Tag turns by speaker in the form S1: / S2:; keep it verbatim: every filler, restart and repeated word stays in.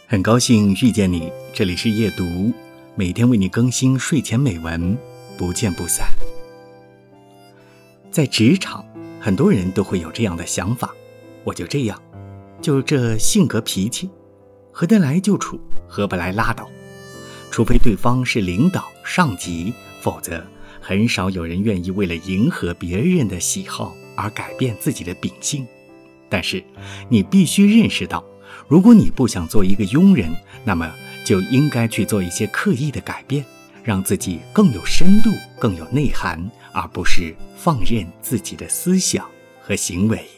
S1: 很高兴遇见你，这里是夜读，每天为你更新睡前美文，不见不散。在职场，很多人都会有这样的想法，我就这样，就这性格脾气，合得来就处，合不来拉倒。除非对方是领导上级，否则很少有人愿意为了迎合别人的喜好而改变自己的秉性。但是你必须认识到，如果你不想做一个庸人，那么就应该去做一些刻意的改变，让自己更有深度，更有内涵，而不是放任自己的思想和行为。